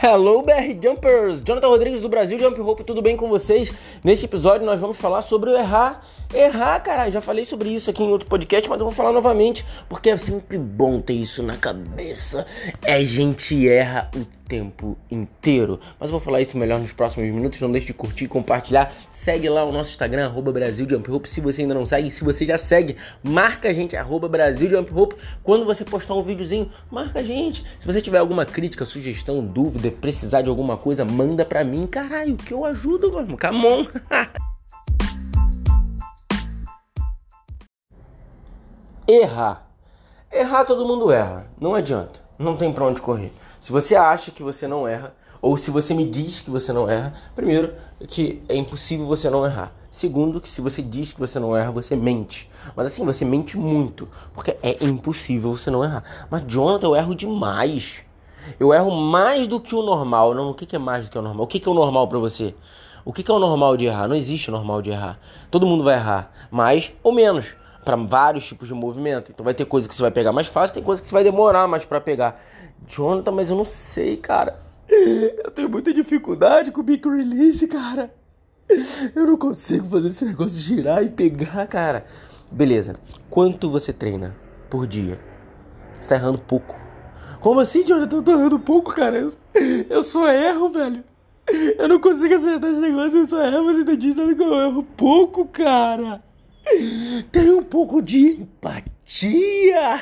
Hello, BR Jumpers! Jonathan Rodrigues do Brasil Jump Rope, tudo bem com vocês? Neste episódio nós vamos falar sobre o errar. Errar, caralho, já falei sobre isso aqui em outro podcast, mas eu vou falar novamente, porque é sempre bom ter isso na cabeça. A gente erra o tempo inteiro. Mas eu vou falar isso melhor nos próximos minutos, não deixe de curtir e compartilhar. Segue lá o nosso Instagram, @BrasilJumpRope, se você ainda não segue. Se você já segue, marca a gente, @BrasilJumpRope. Quando você postar um videozinho, marca a gente. Se você tiver alguma crítica, sugestão, dúvida, precisar de alguma coisa, manda pra mim, caralho, que eu ajudo, mano. Come on! Errar. Errar todo mundo erra. Não adianta. Não tem pra onde correr. Se você acha que você não erra, ou se você me diz que você não erra, primeiro, que é impossível você não errar. Segundo, que se você diz que você não erra, você mente. Mas assim, você mente muito, porque é impossível você não errar. Mas, Jonathan, eu erro demais. Eu erro mais do que o normal. Não, o que é mais do que o normal? O que é o normal pra você? O que é o normal de errar? Não existe o normal de errar. Todo mundo vai errar, mais ou menos, para vários tipos de movimento. Então vai ter coisa que você vai pegar mais fácil, tem coisa que você vai demorar mais para pegar. Jonathan, mas eu não sei, cara. Eu tenho muita dificuldade com o Mic Release, cara. Eu não consigo fazer esse negócio girar e pegar, cara. Beleza. Quanto você treina por dia? Você tá errando pouco. Como assim, Jonathan? Eu tô errando pouco, cara. Eu só erro, velho. Eu não consigo acertar esse negócio, eu só erro. Você tá dizendo que eu erro pouco, cara. Tem um pouco de empatia.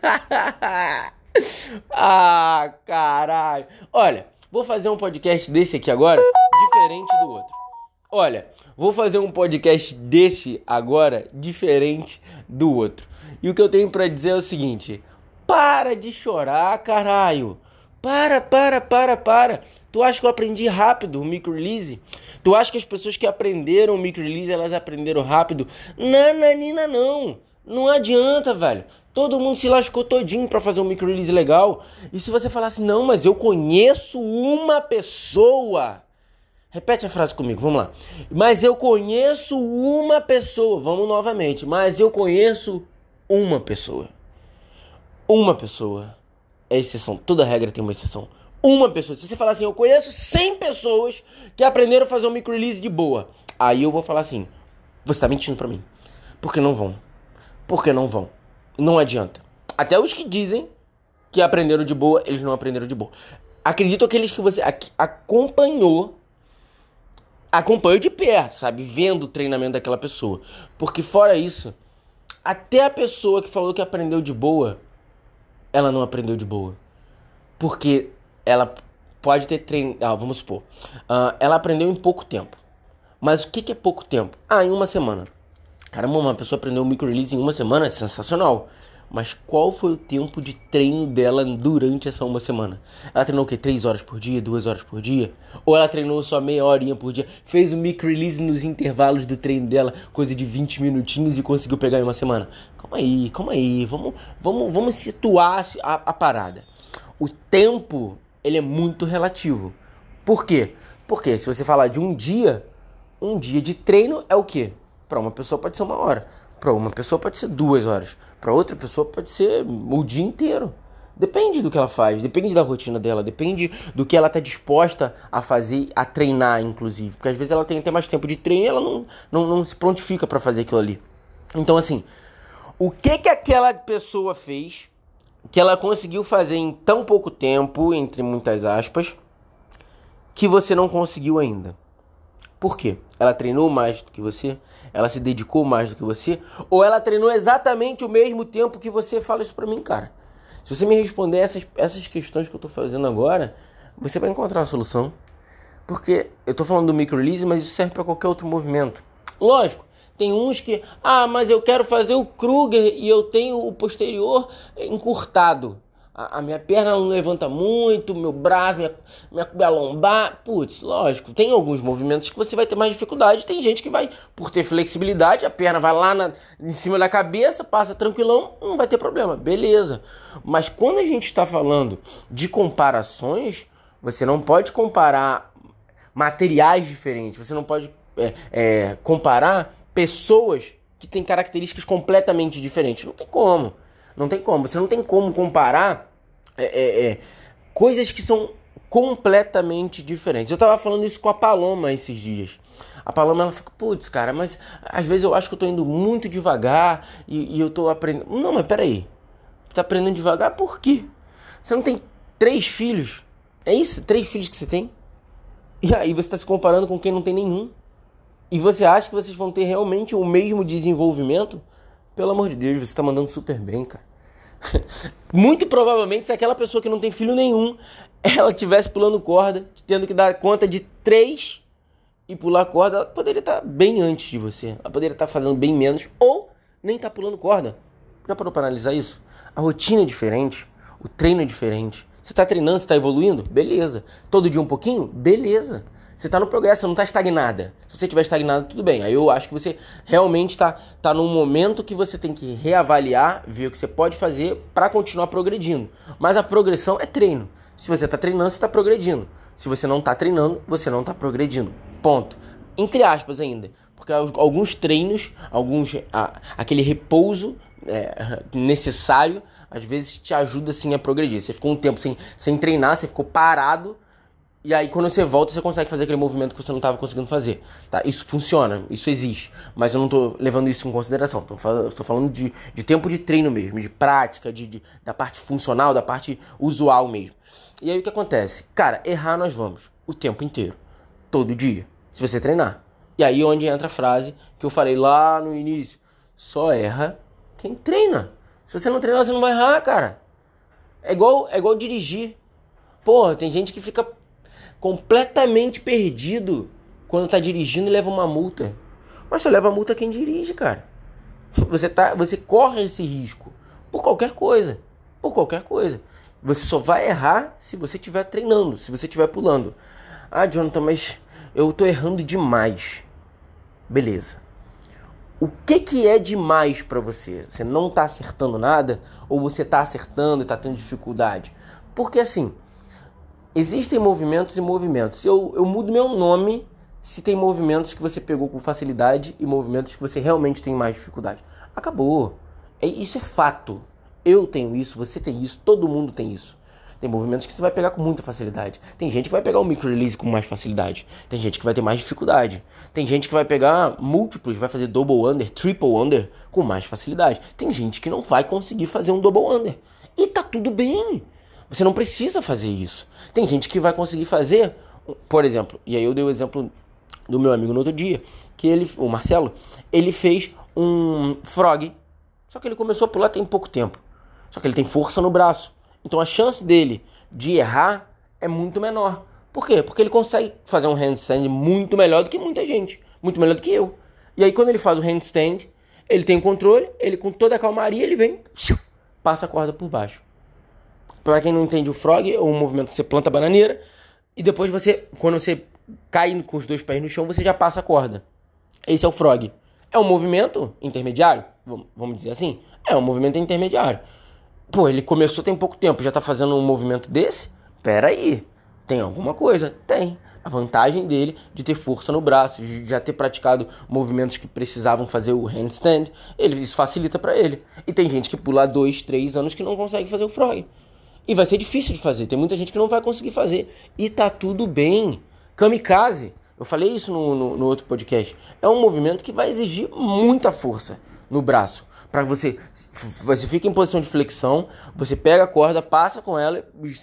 Ah, caralho. Olha, vou fazer um podcast desse aqui agora, diferente do outro. Olha, vou fazer um podcast desse agora, diferente do outro. E o que eu tenho pra dizer é o seguinte: para de chorar, caralho. Para. Tu acha que eu aprendi rápido o micro release? Tu acha que as pessoas que aprenderam o micro release, elas aprenderam rápido? Nananina, não. Não adianta, velho. Todo mundo se lascou todinho pra fazer um micro release legal. E se você falar assim, não, mas eu conheço uma pessoa. Repete a frase comigo, vamos lá. Mas eu conheço uma pessoa. Vamos novamente. Mas eu conheço uma pessoa. Uma pessoa. É exceção. Toda regra tem uma exceção. Uma pessoa. Se você falar assim, eu conheço 100 pessoas que aprenderam a fazer um micro release de boa. Aí eu vou falar assim, você tá mentindo pra mim. Porque não vão. Porque não vão. Não adianta. Até os que dizem que aprenderam de boa, eles não aprenderam de boa. Acredito aqueles que você acompanhou de perto, sabe? Vendo o treinamento daquela pessoa. Porque fora isso, até a pessoa que falou que aprendeu de boa, ela não aprendeu de boa. Porque ela pode ter treinado, vamos supor, ela aprendeu em pouco tempo. Mas o que é pouco tempo? Em uma semana. Caramba, uma pessoa aprendeu o micro release em uma semana, é sensacional. Mas qual foi o tempo de treino dela durante essa uma semana? Ela treinou o quê? 3 horas por dia? 2 horas por dia? Ou ela treinou só meia horinha por dia? Fez o micro release nos intervalos do treino dela, coisa de 20 minutinhos e conseguiu pegar em uma semana? Calma aí. Vamos situar a parada. O tempo, ele é muito relativo. Por quê? Porque se você falar de um dia de treino é o quê? Para uma pessoa pode ser 1 hora. Para uma pessoa pode ser 2 horas. Para outra pessoa pode ser o dia inteiro. Depende do que ela faz, depende da rotina dela, depende do que ela está disposta a fazer, a treinar, inclusive. Porque às vezes ela tem até mais tempo de treino e ela não se prontifica para fazer aquilo ali. Então, assim, o que aquela pessoa fez que ela conseguiu fazer em tão pouco tempo, entre muitas aspas, que você não conseguiu ainda? Por quê? Ela treinou mais do que você? Ela se dedicou mais do que você? Ou ela treinou exatamente o mesmo tempo que você? Fala isso pra mim, cara. Se você me responder essas questões que eu tô fazendo agora, você vai encontrar a solução. Porque eu tô falando do micro release, mas isso serve pra qualquer outro movimento. Lógico, tem uns que, mas eu quero fazer o Kruger e eu tenho o posterior encurtado. A minha perna não levanta muito, meu braço, minha lombar. Putz, lógico, tem alguns movimentos que você vai ter mais dificuldade. Tem gente que vai, por ter flexibilidade, a perna vai lá em cima da cabeça, passa tranquilão, não vai ter problema, beleza. Mas quando a gente está falando de comparações, você não pode comparar materiais diferentes, você não pode comparar pessoas que têm características completamente diferentes. Não tem como. Você não tem como comparar coisas que são completamente diferentes. Eu tava falando isso com a Paloma esses dias. A Paloma, ela fica, putz, cara, mas às vezes eu acho que eu tô indo muito devagar e eu tô aprendendo... Não, mas peraí. Tá aprendendo devagar por quê? Você não tem 3 filhos? É isso? 3 filhos que você tem? E aí você tá se comparando com quem não tem nenhum? E você acha que vocês vão ter realmente o mesmo desenvolvimento? Pelo amor de Deus, você tá mandando super bem, cara. Muito provavelmente, se aquela pessoa que não tem filho nenhum, ela estivesse pulando corda, tendo que dar conta de 3 e pular corda, ela poderia estar bem antes de você. Ela poderia estar fazendo bem menos ou nem estar pulando corda. Já parou para analisar isso? A rotina é diferente, o treino é diferente. Você está treinando, você está evoluindo? Beleza. Todo dia um pouquinho? Beleza. Você está no progresso, você não está estagnada. Se você estiver estagnado, tudo bem. Aí eu acho que você realmente está num momento que você tem que reavaliar, ver o que você pode fazer para continuar progredindo. Mas a progressão é treino. Se você está treinando, você está progredindo. Se você não está treinando, você não está progredindo. Ponto. Entre aspas ainda. Porque alguns treinos, aquele repouso necessário, às vezes te ajuda sim a progredir. Você ficou um tempo sem treinar, você ficou parado. E aí, quando você volta, você consegue fazer aquele movimento que você não estava conseguindo fazer. Tá? Isso funciona, isso existe. Mas eu não estou levando isso em consideração. Estou falando de tempo de treino mesmo, de prática, da parte funcional, da parte usual mesmo. E aí, o que acontece? Cara, errar nós vamos o tempo inteiro. Todo dia. Se você treinar. E aí, onde entra a frase que eu falei lá no início. Só erra quem treina. Se você não treinar, você não vai errar, cara. É igual dirigir. Porra, tem gente que fica completamente perdido quando tá dirigindo e leva uma multa. Mas só leva a multa quem dirige, cara. Você corre esse risco por qualquer coisa. Por qualquer coisa. Você só vai errar se você estiver treinando, se você estiver pulando. Ah, Jonathan, mas eu tô errando demais. Beleza. O que é demais pra você? Você não tá acertando nada? Ou você tá acertando e tá tendo dificuldade? Porque assim, existem movimentos e movimentos. Eu mudo meu nome se tem movimentos que você pegou com facilidade e movimentos que você realmente tem mais dificuldade. Acabou. Isso é fato. Eu tenho isso, você tem isso, todo mundo tem isso. Tem movimentos que você vai pegar com muita facilidade. Tem gente que vai pegar o micro-release com mais facilidade. Tem gente que vai ter mais dificuldade. Tem gente que vai pegar múltiplos, vai fazer double under, triple under com mais facilidade. Tem gente que não vai conseguir fazer um double under. E tá tudo bem. Você não precisa fazer isso. Tem gente que vai conseguir fazer, por exemplo, e aí eu dei o exemplo do meu amigo no outro dia, que o Marcelo, ele fez um frog, só que ele começou a pular tem pouco tempo. Só que ele tem força no braço. Então a chance dele de errar é muito menor. Por quê? Porque ele consegue fazer um handstand muito melhor do que muita gente. Muito melhor do que eu. E aí quando ele faz o handstand, ele tem o controle, ele com toda a calmaria, ele vem, passa a corda por baixo. Para quem não entende, o frog é um movimento que você planta a bananeira e depois quando você cai com os 2 pés no chão, você já passa a corda. Esse é o frog. É um movimento intermediário, vamos dizer assim. É um movimento intermediário. Pô, ele começou tem pouco tempo, já tá fazendo um movimento desse? Pera aí, tem alguma coisa? Tem. A vantagem dele de ter força no braço, de já ter praticado movimentos que precisavam fazer o handstand, isso facilita pra ele. E tem gente que pula há 2, 3 anos que não consegue fazer o frog. E vai ser difícil de fazer, tem muita gente que não vai conseguir fazer. E tá tudo bem. Kamikaze, eu falei isso no outro podcast, é um movimento que vai exigir muita força no braço. Para você fica em posição de flexão, você pega a corda, passa com ela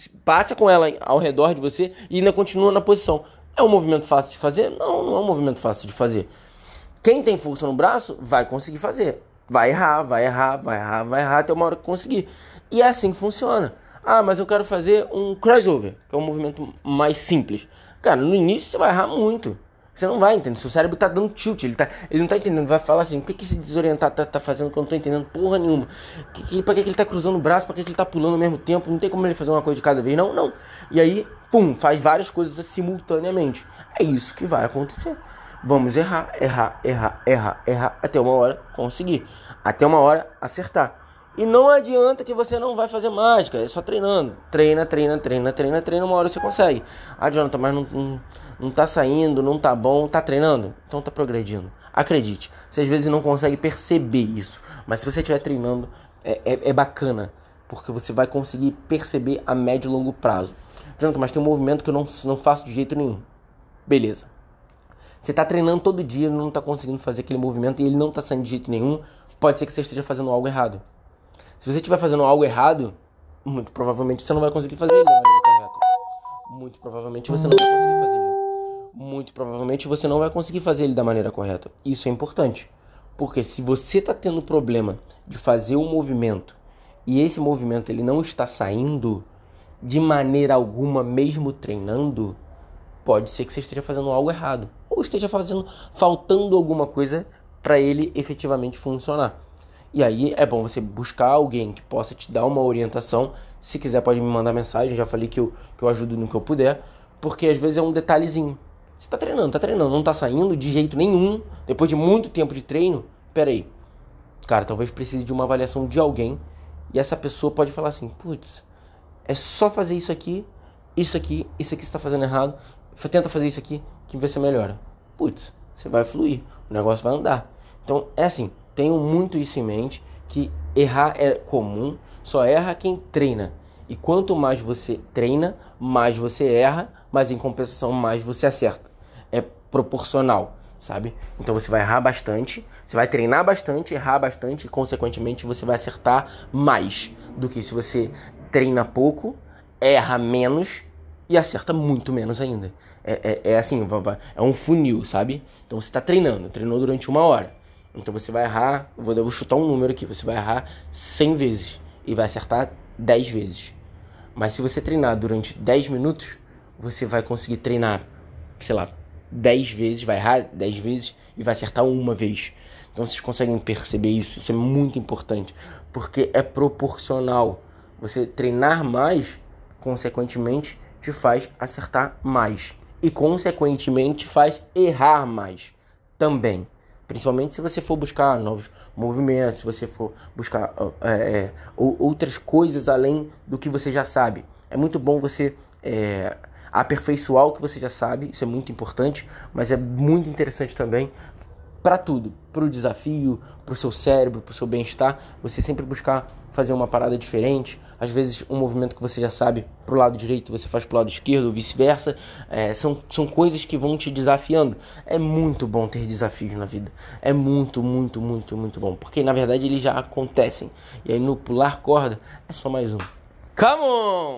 ao redor de você e ainda continua na posição. É um movimento fácil de fazer? Não, não é um movimento fácil de fazer. Quem tem força no braço vai conseguir fazer. Vai errar até uma hora que conseguir. E é assim que funciona. Ah, mas eu quero fazer um crossover, que é um movimento mais simples. Cara, no início você vai errar muito. Você não vai entender, seu cérebro tá dando tilt, ele não tá entendendo, vai falar assim, o que esse desorientado tá fazendo que eu não tô entendendo porra nenhuma? Pra que ele tá cruzando o braço, pra que ele tá pulando ao mesmo tempo, não tem como ele fazer uma coisa de cada vez, não. E aí, pum, faz várias coisas simultaneamente. É isso que vai acontecer. Vamos errar, até uma hora conseguir, até uma hora acertar. E não adianta que você não vai fazer mágica, é só treinando. Treina, uma hora você consegue. Ah, Jonathan, mas não tá saindo, não tá bom, tá treinando? Então tá progredindo. Acredite, você às vezes não consegue perceber isso, mas se você estiver treinando, é bacana, porque você vai conseguir perceber a médio e longo prazo. Jonathan, mas tem um movimento que eu não faço de jeito nenhum. Beleza. Você tá treinando todo dia e não tá conseguindo fazer aquele movimento e ele não tá saindo de jeito nenhum, pode ser que você esteja fazendo algo errado. Se você estiver fazendo algo errado, muito provavelmente você não vai conseguir fazer ele da maneira correta. Muito provavelmente você não vai conseguir fazer ele. Muito provavelmente você não vai conseguir fazer ele da maneira correta. Isso é importante. Porque se você está tendo problema de fazer um movimento e esse movimento ele não está saindo de maneira alguma, mesmo treinando, pode ser que você esteja fazendo algo errado. Ou esteja faltando alguma coisa para ele efetivamente funcionar. E aí é bom você buscar alguém que possa te dar uma orientação. Se quiser pode me mandar mensagem, já falei que eu ajudo no que eu puder. Porque às vezes é um detalhezinho. Você tá treinando, não tá saindo de jeito nenhum, depois de muito tempo de treino, peraí. Cara, talvez precise de uma avaliação de alguém, e essa pessoa pode falar assim, putz, é só fazer isso aqui você tá fazendo errado, tenta fazer isso aqui, que você melhora. Putz, você vai fluir, o negócio vai andar. Então, é assim, tenham muito isso em mente, que errar é comum, só erra quem treina. E quanto mais você treina, mais você erra, mas em compensação mais você acerta. É proporcional, sabe? Então você vai errar bastante, você vai treinar bastante, errar bastante e consequentemente você vai acertar mais do que se você treina pouco, erra menos e acerta muito menos ainda. É assim, é um funil, sabe? Então você está treinou durante 1 hora. Então você vai errar, eu vou chutar um número aqui, você vai errar 100 vezes e vai acertar 10 vezes. Mas se você treinar durante 10 minutos, você vai conseguir treinar, sei lá, 10 vezes, vai errar 10 vezes e vai acertar 1 vez. Então vocês conseguem perceber isso, isso é muito importante, porque é proporcional. Você treinar mais, consequentemente, te faz acertar mais. E consequentemente faz errar mais também. Principalmente se você for buscar novos movimentos, se você for buscar outras coisas além do que você já sabe. É muito bom você aperfeiçoar o que você já sabe, isso é muito importante, mas é muito interessante também para tudo, para o desafio, para o seu cérebro, para o seu bem-estar, você sempre buscar fazer uma parada diferente. Às vezes um movimento que você já sabe pro lado direito, você faz pro lado esquerdo, ou vice-versa. São coisas que vão te desafiando. É muito bom ter desafios na vida. É muito, muito, muito, muito bom. Porque na verdade eles já acontecem. E aí no pular corda é só mais um. Come on!